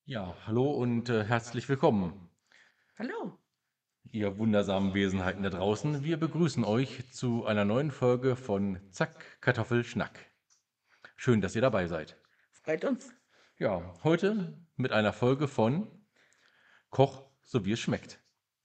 Ja, hallo und herzlich willkommen, Hallo. ihr wundersamen Wesenheiten da draußen. Wir begrüßen euch zu einer neuen Folge von Zack, Kartoffel, Schnack. Schön, dass ihr dabei seid. Freut uns. Ja, heute mit einer Folge von Koch, so wie es schmeckt.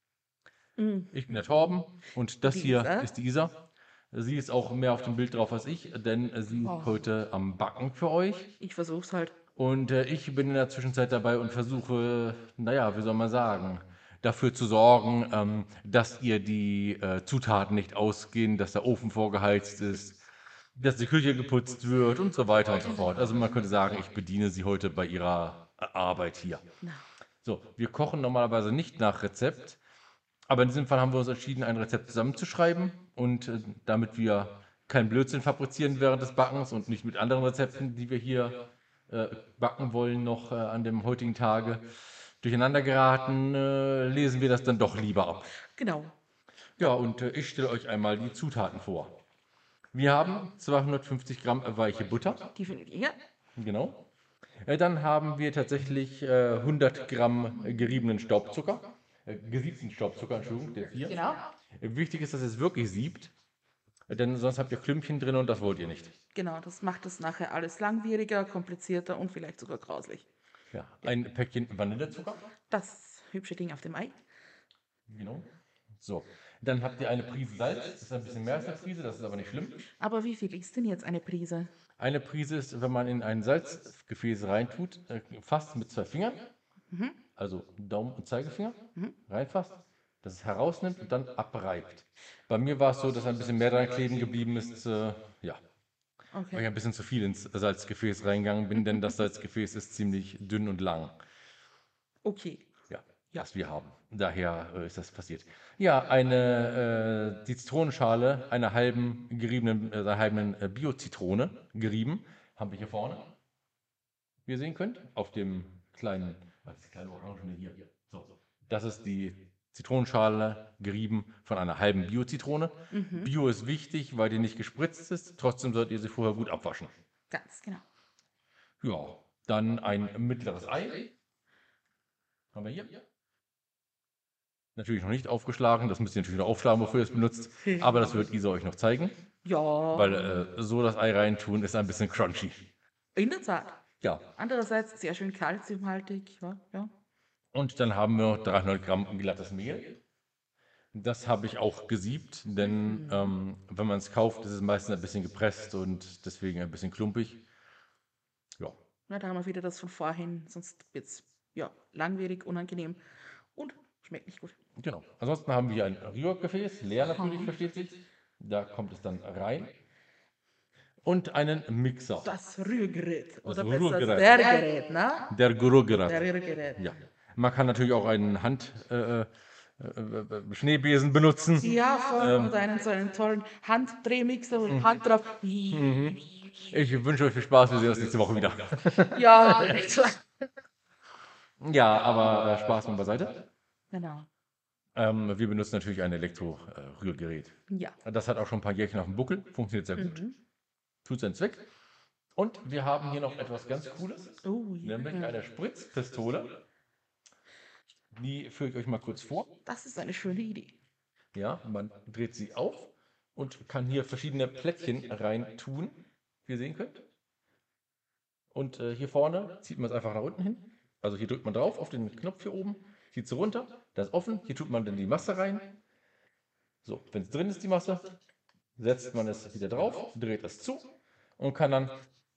Mhm. Ich bin der Torben und das hier Lisa. ist die Isa. Sie ist auch mehr auf dem Bild drauf als ich, denn sie ist Oh, heute am Backen für euch. ich versuch's halt. Und ich bin in der Zwischenzeit dabei und versuche, naja, wie soll man sagen, dafür zu sorgen, dass ihr die Zutaten nicht ausgehen, dass der Ofen vorgeheizt ist, dass die Küche geputzt wird und so weiter und so fort. Also man könnte sagen, ich bediene sie heute bei ihrer Arbeit hier. Na, So, wir kochen normalerweise nicht nach Rezept, aber in diesem Fall haben wir uns entschieden, ein Rezept zusammenzuschreiben und damit wir keinen Blödsinn fabrizieren während des Backens und nicht mit anderen Rezepten, die wir hier äh, backen wollen, noch an dem heutigen Tage durcheinander geraten, lesen wir das dann doch lieber ab. genau. Ja, Ja, und ich stelle euch einmal die Zutaten vor. Wir haben 250 Gramm weiche Butter, die findet ihr hier. genau. Dann haben wir tatsächlich 100 Gramm geriebenen Staubzucker, gesiebten Staubzucker, Entschuldigung, der ist hier. Genau. Wichtig ist, dass ihr es wirklich siebt, denn sonst habt ihr Klümpchen drin und das wollt ihr nicht. Genau, das macht es nachher alles langwieriger, komplizierter und vielleicht sogar grauslich. Ja, Ja, ein Päckchen Vanillezucker, das hübsche Ding auf dem Ei. genau. So, dann habt ihr eine Prise Salz, das ist ein bisschen mehr als eine Prise, das ist aber nicht schlimm. Aber wie viel ist denn jetzt eine Prise? Eine Prise ist, wenn man in ein Salzgefäß reintut, fasst mit zwei Fingern, Mhm. also Daumen und Zeigefinger, Mhm. reinfasst, das es herausnimmt und dann abreibt. Bei mir war es so, dass ein bisschen mehr dran kleben geblieben ist, ja, weil Okay. ich ein bisschen zu viel ins Salzgefäß reingegangen bin, denn das Salzgefäß ist ziemlich dünn und lang. Okay. Ja, Ja. was wir haben. Daher ist das passiert. Ja, die Zitronenschale einer halben Bio-Zitrone gerieben, haben wir hier vorne, wie ihr sehen könnt, auf dem kleinen, was ist die kleine Orangene hier? So, das ist die Zitronenschale gerieben von einer halben Bio-Zitrone. Mhm. Bio ist wichtig, weil die nicht gespritzt ist. Trotzdem solltet ihr sie vorher gut abwaschen. Ganz genau. Ja, dann ein mittleres Ei haben wir hier. Natürlich noch nicht aufgeschlagen, das müsst ihr natürlich noch aufschlagen, bevor ihr es benutzt. Aber das wird Isa euch noch zeigen, Ja, weil so das Ei reintun ist ein bisschen crunchy. in der Tat. Ja, Andererseits sehr schön kalziumhaltig. Ja, ja. und dann haben wir noch 300 Gramm glattes Mehl. Das habe ich auch gesiebt, denn Mhm. wenn man es kauft, ist es meistens ein bisschen gepresst und deswegen ein bisschen klumpig. Ja, Na, da haben wir wieder das von vorhin, sonst wird es ja, langwierig, unangenehm und schmeckt nicht gut. genau. Ansonsten haben wir ein Rührgefäß, leer natürlich, Aha. versteht sich. Da kommt es dann rein. Und einen Mixer. Das Rührgerät Das oder besser Rührgerät. der Gerät, ne? Der Der Rührgerät. Rührgerät. Ja. Man kann natürlich auch einen Schneebesen benutzen. Ja, voll. Ähm, Oder so einen tollen Handdrehmixer und Hand drauf. mhm. Ich wünsche euch viel Spaß. Wir sehen uns nächste Woche wieder. Ja, nicht so. Ja, aber Spaß mal beiseite. Genau. Wir benutzen natürlich ein Elektro-Rührgerät. Ja. Das hat auch schon ein paar Jährchen auf dem Buckel. Funktioniert sehr gut. Mhm. Tut seinen Zweck. Und wir haben hier noch etwas ganz Cooles, Oh nämlich ja. eine Spritzpistole. Die führe ich euch mal kurz vor. Das ist eine schöne Idee. Ja, man dreht sie auf und kann hier verschiedene Plättchen rein tun, wie ihr sehen könnt. Und hier vorne zieht man es einfach nach unten hin. Also hier drückt man drauf auf den Knopf hier oben, zieht sie runter, das ist offen, hier tut man dann die Masse rein. So, wenn es drin ist, die Masse, setzt man es wieder drauf, dreht es zu und kann dann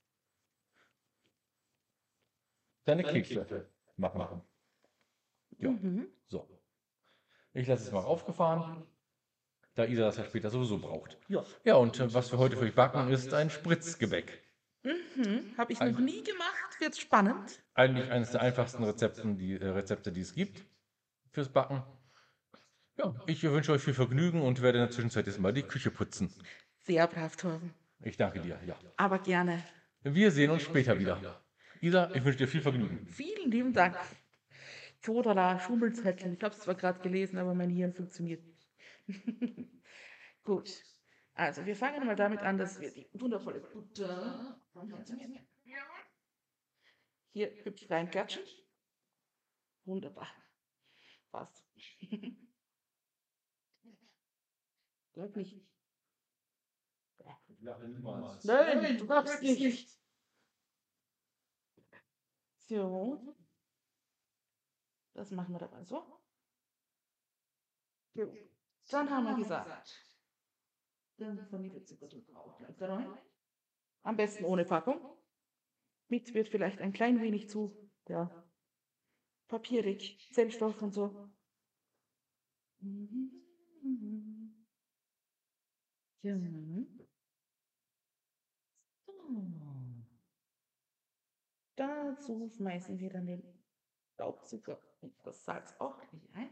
seine Kekse machen. Ja, Mhm. so. Ich lasse es mal aufgefahren, da Isa das ja später sowieso braucht. Ja. Ja, und was wir heute für euch backen, ist ein Spritzgebäck. Mhm. Habe ich noch Ein, nie gemacht. Wird spannend. eigentlich eines der einfachsten Rezepte, die es gibt fürs Backen. Ja, ich wünsche euch viel Vergnügen und werde in der Zwischenzeit jetzt mal die Küche putzen. Sehr brav, Torben. Ich danke dir, ja. Aber gerne. Wir sehen uns später wieder. Isa, ich wünsche dir viel Vergnügen. Vielen lieben Dank. Jodala, Schummelzettel. Ich habe es zwar gerade gelesen, aber mein Hirn funktioniert nicht. Gut. Also, wir fangen mal damit an, dass wir die wundervolle Butter hier hübsch reinklatschen. Wunderbar. Passt. Glaub nicht. Lache niemals. Nein, du darfst nicht. So, das machen wir dabei so. Jo. Dann haben wir gesagt, dann Vanillezucker auch gleich da rein. Am besten ohne Packung. Mit wird vielleicht ein klein wenig zu, ja, papierig, Zellstoff und so. Ja. So. Dazu schmeißen wir dann den Staubzucker und das Salz auch gleich ein.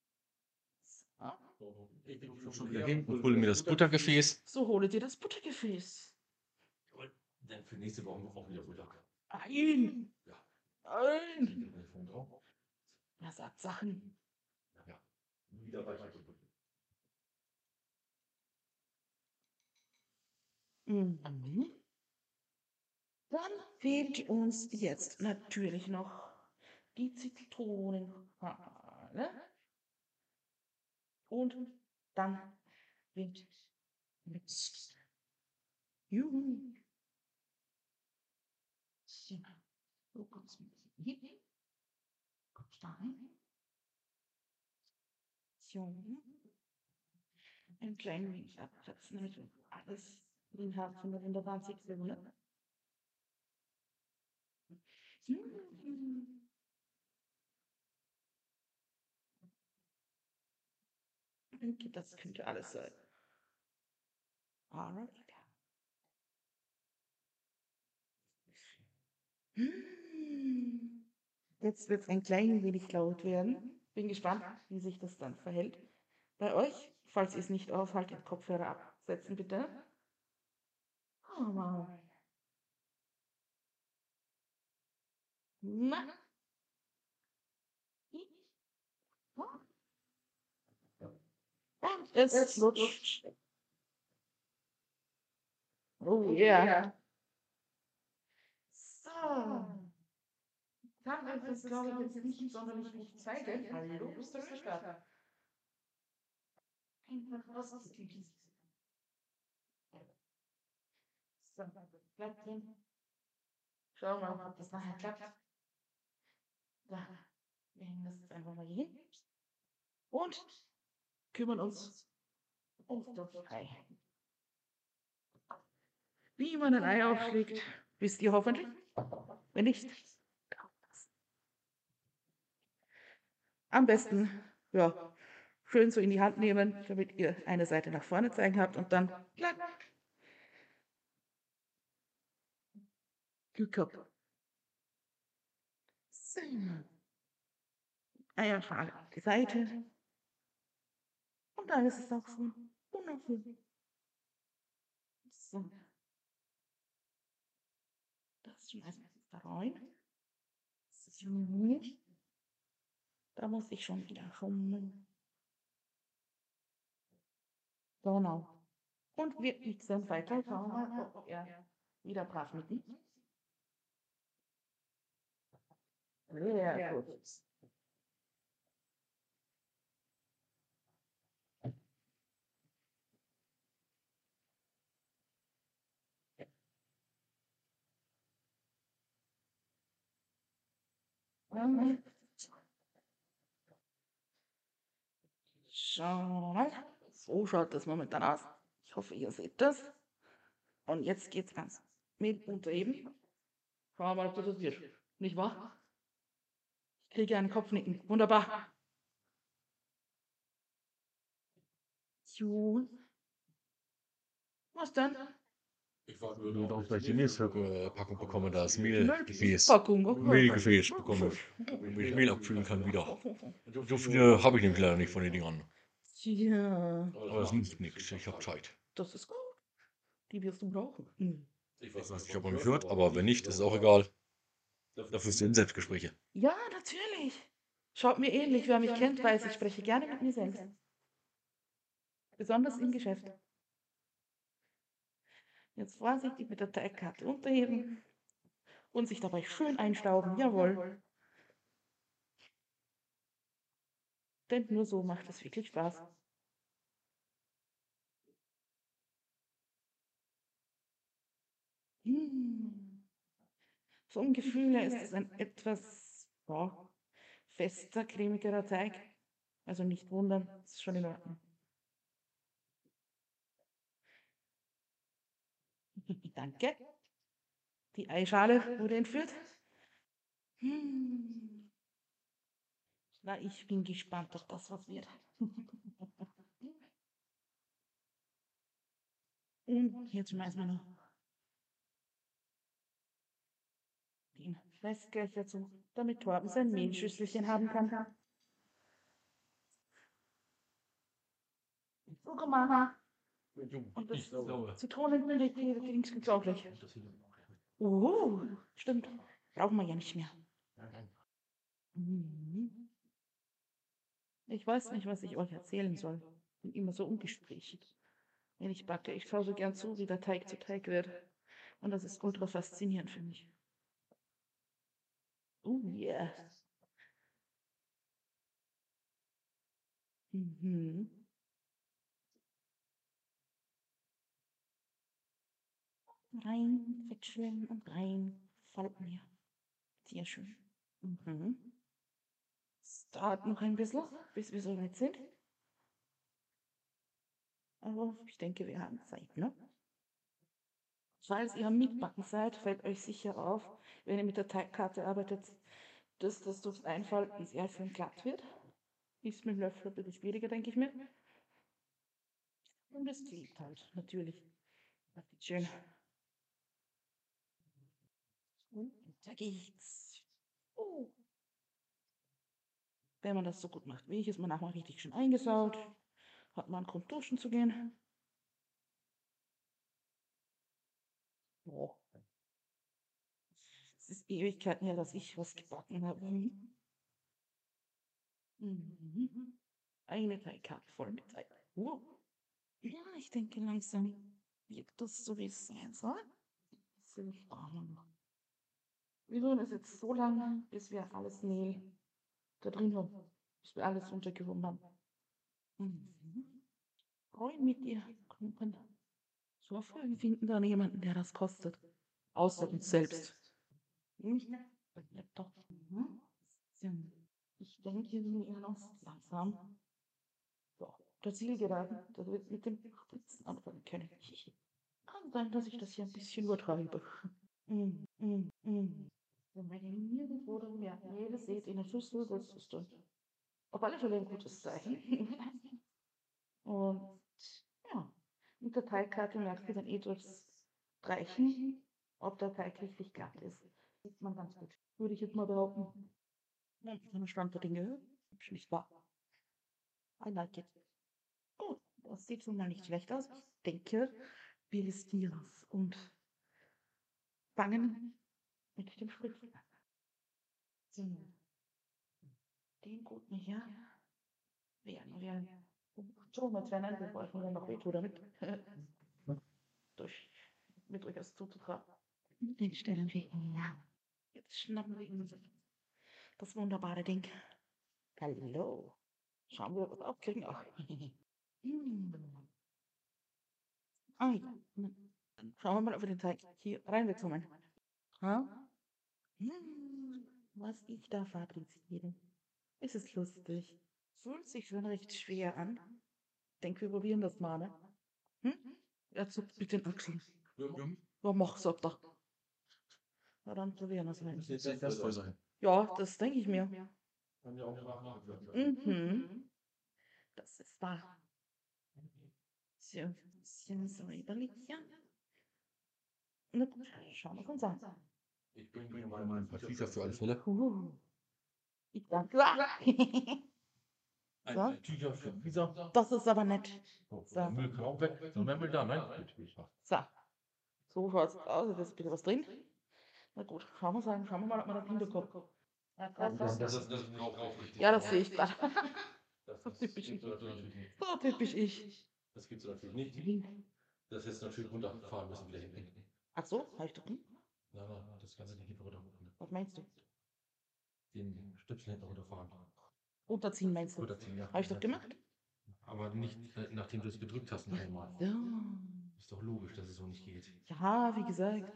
So. Schon wieder hin und hole mir das Buttergefäß. So hole dir das Buttergefäß. Dann für nächste Woche auch wieder Butter. Nein! Ja. Nein! Er sagt Sachen. Ja. Wieder weiter. Mhm. Dann fehlt uns jetzt natürlich noch die Zitronenschale. Und dann wird mixt. Juhu. So, so kommt's ein bisschen hin. Kommt da rein. So. Ein klein wenig abkratzen, damit wir alles drin haben von der wunderbaren Zitronne. Okay, das könnte alles sein. Alright. Jetzt wird es ein klein wenig laut werden. Bin gespannt, wie sich das dann verhält. Bei euch, falls ihr es nicht aufhaltet, Kopfhörer absetzen bitte. Oh Mann. Na. Es lutscht. Oh yeah. So. Kann euch das, glaube ich, jetzt nicht sonderlich gut zeigen. Hallo, bist du Start? Einfach rausgeklickt. So, bleibt drin. Schauen wir mal, ob das nachher klappt. Da, wir hängen das jetzt einfach mal hier hin. Und kümmern uns um das Ei. Wie man ein Ei aufschlägt, wisst ihr hoffentlich. Wenn nicht, am besten, ja, schön so in die Hand nehmen, damit ihr eine Seite nach vorne zeigen habt und dann klack. Glück gehabt. So. Eierschale auf die Seite. Und dann ist es auch schon wunderschön. So. Das schmeißen wir jetzt da rein. So. Da muss ich schon wieder schummeln. Genau. Und wir mixen weiter. Schauen wir mal, ob er wieder brav mitnimmt. Sehr gut. Schau mal. So schaut das momentan aus. Ich hoffe, ihr seht das. Und jetzt geht's ganz mit unterheben. Schauen wir mal, ob das wird. Nicht wahr? Ich kriege einen Kopfnicken. Wunderbar. So. Was dann? Ich warte nur darauf, dass ich die nächste Packung bekomme, das Mehlgefäß. Packung, okay. Mehlgefäß bekomme, damit ich Mehl abfüllen kann wieder. So viele habe ich nämlich leider nicht von den Dingern. Tja, Aber das macht nichts, ich habe Zeit. das ist gut. Die wirst du brauchen. Ich weiß nicht, ob man mich hört, aber wenn nicht, ist es auch egal. Dafür sind Selbstgespräche. Ja, natürlich. Schaut mir ähnlich. Wer mich kennt, weiß, ich spreche gerne mit mir selbst. Besonders im Geschäft. Jetzt vorsichtig mit der Teigkarte unterheben und sich dabei schön einstauben. Jawohl. Denn nur so macht es wirklich Spaß. Hm. Vom Gefühl her ist es ein etwas fester, cremigerer Teig. Also nicht wundern, ist schon in Ordnung. Danke. Die Eischale wurde entführt. Hm. Na, ich bin gespannt, ob das was wird. Und jetzt schmeißen wir noch den Rest gleich dazu, damit Torben sein Mehlschüsselchen haben kann. So gemacht. Und das Zitronendings gibt's auch gleich. Stimmt. Brauchen wir ja nicht mehr. Mhm. Ich weiß nicht, was ich euch erzählen soll. Bin immer so ungesprächig. Wenn ich backe, ich schaue so gern zu, wie der Teig zu Teig wird. Und das ist ultra faszinierend für mich. Oh yeah. Mhm. Rein, wegschwimmen und rein. Falten hier. Sehr schön. Mhm. Es dauert noch ein bisschen, bis wir so weit sind. Aber ich denke, wir haben Zeit, ne? Falls ihr am Mitbacken seid, fällt euch sicher auf, wenn ihr mit der Teigkarte arbeitet, dass das durchs Einfalten sehr schön glatt wird. Ist mit dem Löffel ein bisschen schwieriger, denke ich mir. Und es klebt halt, natürlich. Schön. Und da geht's. Oh. Wenn man das so gut macht wie ich, ist man nachher richtig schön eingesaut. Hat man einen Grund duschen zu gehen. Oh. Es ist Ewigkeiten her, dass ich was gebacken habe. Mhm. Eine Teigkarte voll mit Teig. Wow. Ja, ich denke langsam wird das so, wie es sein soll. Wir rühren es jetzt so lange, bis wir alles Mehl da drin haben, bis wir alles untergehoben haben. Mhm. Freuen mit dir, Klumpen. So früh, wir finden da jemanden, der das kostet. Außer uns selbst. Nicht? Doch. Mhm. So. Ich denke, wir nähern uns langsam. Ja, der Zielgeraden, dass wir mit dem Spritzen anfangen können. Kann sein, dass ich das hier ein bisschen übertreibe. Mm, Wenn man nirgendwo mehr Mehl seht in der Schüssel, das ist dann auf alle Fälle ein gutes Zeichen. Und ja, mit der Teigkarte merkt ihr dann eh durchs Streichen, ob der Teig richtig glatt ist. Sieht man ganz gut. Würde ich jetzt mal behaupten. Ja, so eine Stand der Dinge. Hübsch, nicht wahr? I like it. Gut, das sieht schon mal nicht schlecht aus. Ich denke, wir riskieren es und fangen mit dem Spritzen an. So, den guten hier werden wir so mit trennen, bevor ich mir dann noch wehtue damit. durch, mit durchaus zuzutragen. Den stellen wir hin. Jetzt schnappen wir uns das wunderbare Ding. Hallo. Schauen wir, was wir aufkriegen. Ach. Ah, ja. Dann schauen wir mal, ob wir den Teig hier reinbekommen. Ha? Was ich da fabriziere. Es ist lustig. Fühlt sich schon recht schwer an. Denk, wir probieren das mal, ne? Hm? Er zuckt mit den Achseln. Ja, mach, sagt er. Na dann probieren wir es mal. Das wird sehr voll sein. Ja, das denke ich mir. Kann ja auch nachgefüllt Mhm. Das ist wahr. So, ein bisschen säuberlich. Na gut, schauen wir es uns an. Ich bringe mal ein paar Tücher für alle Fälle. Ich danke. So, Ein Tücher für Lisa. das ist aber nett. So, So. der Müll kann auch weg. So, mehr Müll da, nein? Gut. So, so schaut es aus. Da ist ein bisschen was drin. Na gut, schauen wir mal, ob wir das hinbekommen. Ja, Das ist nicht drauf, richtig. ja, das sehe ich gerade. Das So typisch ich. gibt's natürlich nicht. So typisch ich. Das gibt's natürlich nicht. Das ist natürlich runterfahren müssen wieder hinten. Ach so, habe ich doch nie. Nein, das kannst du nicht hinten runterfahren. Was meinst du? Den Stöpsel hinten runterfahren. Runterziehen meinst du? Runterziehen, ja. Habe ich doch gemacht. Aber nicht, nachdem du es gedrückt hast noch einmal. Ja. Ist doch logisch, dass es so nicht geht. Ja, wie gesagt.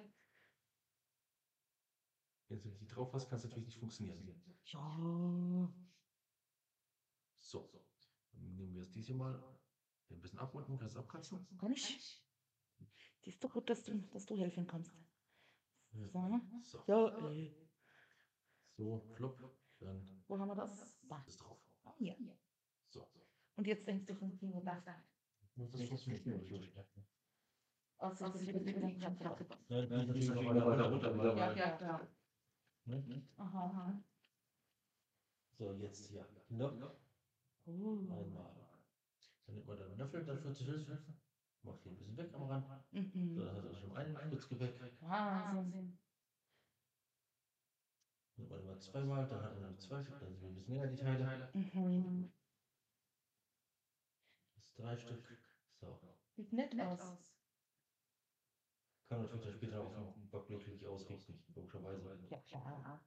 Wenn du nicht drauf hast, kann es natürlich nicht funktionieren. Ja. So, dann nehmen wir es dieses Mal ein bisschen ab unten, kannst du abkratzen. Kann ich? Siehst du gut, dass du helfen kannst. So. So, Ja, so, flop, dann wo haben wir das? Da. ist drauf. Ah, hier. So, Und jetzt denkst du von Kino das. das funktioniert natürlich. Also jetzt wieder ich hab gedacht. Ja, dann kann ich natürlich noch weiter runter, Ja, ja, ja. Ne? Aha, aha. So, jetzt hier. Noch einmal. Dann nimmt man den Löffel dafür zu Hilfe. Macht hier ein bisschen weg am Rand. So, Mhm. dann hat er schon einen Spritzgebäck. Wahnsinn. Nimmt man immer zweimal, dann hat er noch zwei Stück, dann sind wir ein bisschen länger die Teile. Mhm. Das ist 3 Stück. So. Sieht nett aus. Kann natürlich dann später auf dem Backblech richtig ausrichten, logischerweise. Ja, klar.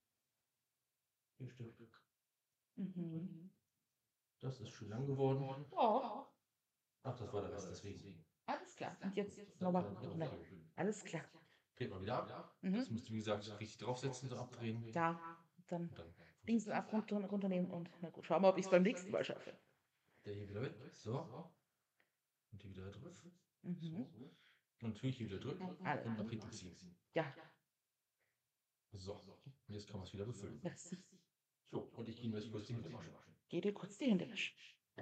4 Stück. Mhm. Das ist schön lang geworden. Ja, Ach, das war der Rest, deswegen. alles klar. Und jetzt nochmal. Alles klar. Dreht man wieder ab. Das Mhm. müsst ihr, wie gesagt, richtig draufsetzen, so abdrehen. Ja, dann Und dann Dingsel ab runternehmen und na gut, schauen wir, ob ich es beim nächsten Mal schaffe. der hier wieder weg. So. Und hier wieder drauf. Mhm. So. Und natürlich hier wieder drücken Alles. und nach hinten ziehen. Ja, So. Und jetzt kann man es wieder befüllen. merci. So, und ich gehe mir jetzt kurz die Hände waschen. Geh dir kurz die Hände waschen.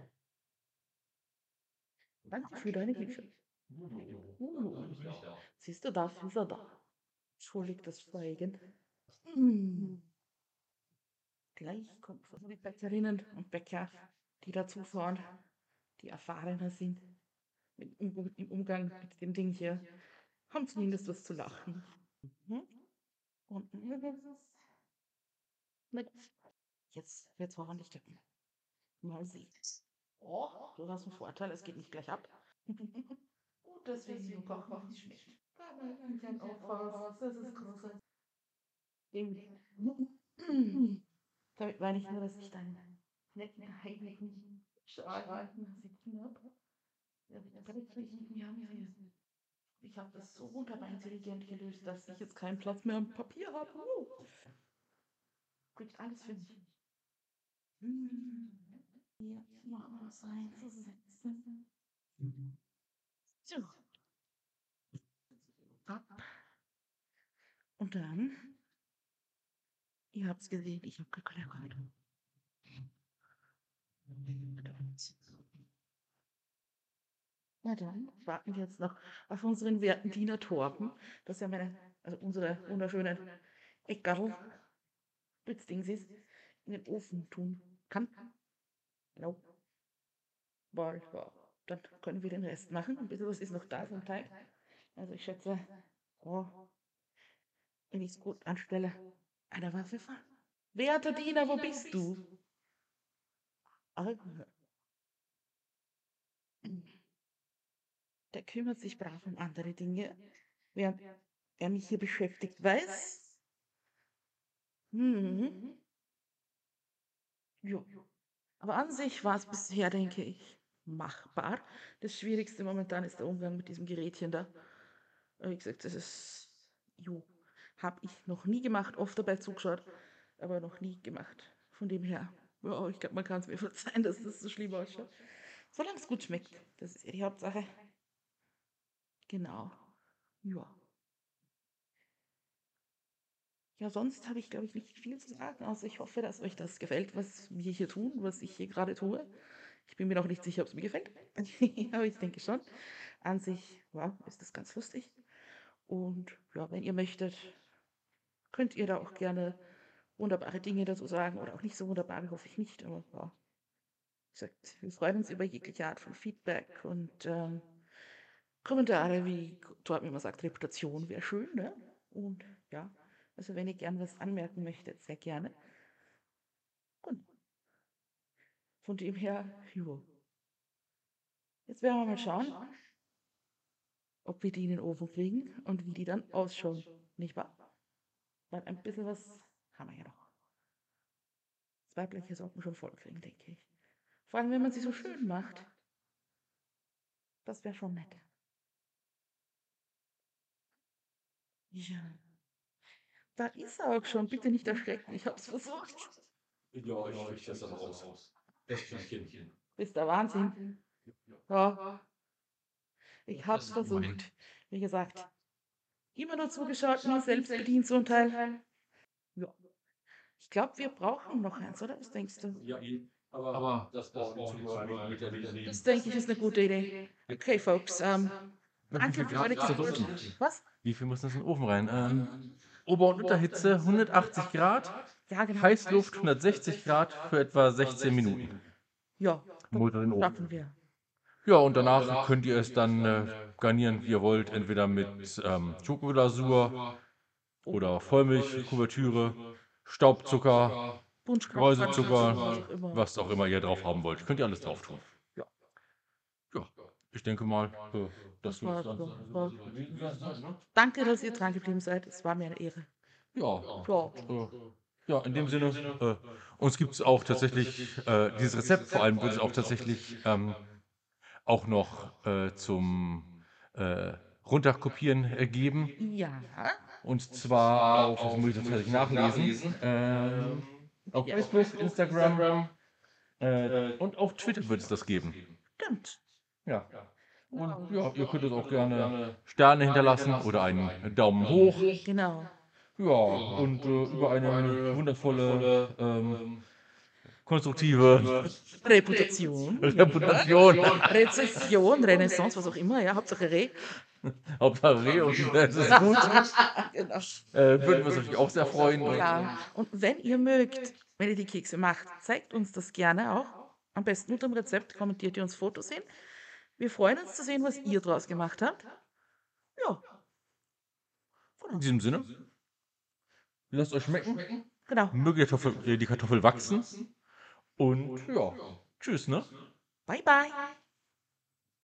Danke für deine Hilfe. Siehst du, dafür ist er da. Entschuldigt das Schweigen. Gleich kommt von die Bäckerinnen und Bäcker, die dazufahren, die erfahrener sind im Umgang mit dem Ding hier, haben zumindest was zu lachen. Mhm. Und na gut, jetzt wird's hoffentlich klappen. Mal sehen. Oh, du hast einen Vorteil, es geht nicht gleich ab. Gut, deswegen du kochen, wie es schmeckt. Kann man aufpassen, das ist großartig. Damit meine ich nur, dass ich deinen netten, heimlichen Schaden sitzen habe. Ja, ich habe das so wunderbar intelligent gelöst, dass ich jetzt keinen Platz mehr am Papier habe. Kriegt alles für mich. Hier noch was reinzusetzen. So. Ab. Und dann, ihr habt es gesehen, ich habe gekleckert. Na dann, warten wir jetzt noch auf unseren werten Diener Torben, dass er also unsere wunderschönen Eckgarl Blitzdings ist, in den Ofen tun kann. Genau. Weil, ja, dann können wir den Rest machen. Ein bisschen was ist noch da vom Teig. Also ich schätze, oh, wenn ich es gut anstelle, einer war Pfeffer. Werter Diener, wo bist du? Ah, der kümmert sich brav um andere Dinge, während er mich hier beschäftigt weiß. Mhm. Jo. Aber an sich war es bisher, denke ich, machbar. Das Schwierigste momentan ist der Umgang mit diesem Gerätchen da. Wie gesagt, das ist, jo, habe ich noch nie gemacht, oft dabei zugeschaut, aber noch nie gemacht. Von dem her, ja, ich glaube, man kann es mir verzeihen, dass das so schlimm ausschaut. Solange es gut schmeckt, das ist ja die Hauptsache. Genau. Ja. Ja, sonst habe ich, glaube ich, nicht viel zu sagen. Also ich hoffe, dass euch das gefällt, was wir hier tun, was ich hier gerade tue. Ich bin mir noch nicht sicher, ob es mir gefällt, aber ich denke schon. An sich, ja, ist das ganz lustig. Und ja, wenn ihr möchtet, könnt ihr da auch gerne wunderbare Dinge dazu sagen oder auch nicht so wunderbare, hoffe ich nicht. Aber ja, wie gesagt, wir freuen uns über jegliche Art von Feedback und Kommentare, wie Torben immer sagt, Reputation wäre schön, ne? Und ja, also wenn ihr gern was anmerken möchtet, sehr gerne. Und von dem her, jo. Jetzt werden wir mal schauen, ob wir die in den Ofen kriegen und wie die dann ausschauen, nicht wahr? Weil ein bisschen was haben wir ja noch. 2 Bleche sollten schon voll kriegen, denke ich. Vor allem, wenn man sie so schön macht. Das wäre schon nett. Ja. Da ist er auch schon. Bitte nicht erschrecken. Ich hab's versucht. Ja, ich richte das aber aus. Das Stückchen. Ist der Wahnsinn. Ja, ich hab's versucht. Moment. Wie gesagt, immer nur zugeschaut, nie selbst bedient so ein Teil. Ja. Ich glaube, wir brauchen noch eins, oder? Was denkst du? Ja, aber das braucht die Zuhörer nicht erleben. Das denke ich ist eine gute Idee. Okay, folks. Wie viel Grad ist das Ofen? Was? Wie viel muss das in den Ofen rein? Ober- und Unterhitze 180 Grad, Ja, genau. Heißluft 160 Grad für etwa 16 Minuten. Ja, Mutter den Ofen. schaffen wir. Ja, und danach könnt ihr es dann garnieren, wie ihr wollt. Entweder mit Schokoglasur oder Vollmilch, Kuvertüre, Staubzucker, Punschkapseln, Streuselzucker, was auch immer ihr drauf haben wollt. Könnt ihr alles drauf tun. Ja. Ja, ich denke mal, Das das wird war's dann so. so gewesen sein. Ne? Danke, dass ihr dran geblieben seid. Es war mir eine Ehre. Ja, Ja. ja, in dem Sinne, uns gibt es auch tatsächlich dieses Rezept, vor allem wird es auch tatsächlich auch noch zum Runterkopieren geben. Ja. Und zwar auf, das muss ich tatsächlich nachlesen, auf Facebook, Instagram und auf Twitter wird es das geben. Stimmt. Ja. Und ja, ihr könnt es auch gerne Sterne hinterlassen oder einen Daumen hoch. Genau. Ja, und über eine wundervolle, konstruktive Reputation. Reputation. Rezession, Renaissance, was auch immer, ja, Hauptsache Re. Hauptsache Reh und es ist gut. Genau. Würden wir uns natürlich auch sehr freuen. Ja, und wenn ihr mögt, wenn ihr die Kekse macht, zeigt uns das gerne auch. Am besten unter dem Rezept kommentiert ihr uns Fotos hin. Wir freuen uns zu sehen, was ihr draus gemacht habt. Ja, In diesem Sinne, lasst euch schmecken. genau. Möge die Kartoffel wachsen. Und ja, tschüss, ne? Bye, bye.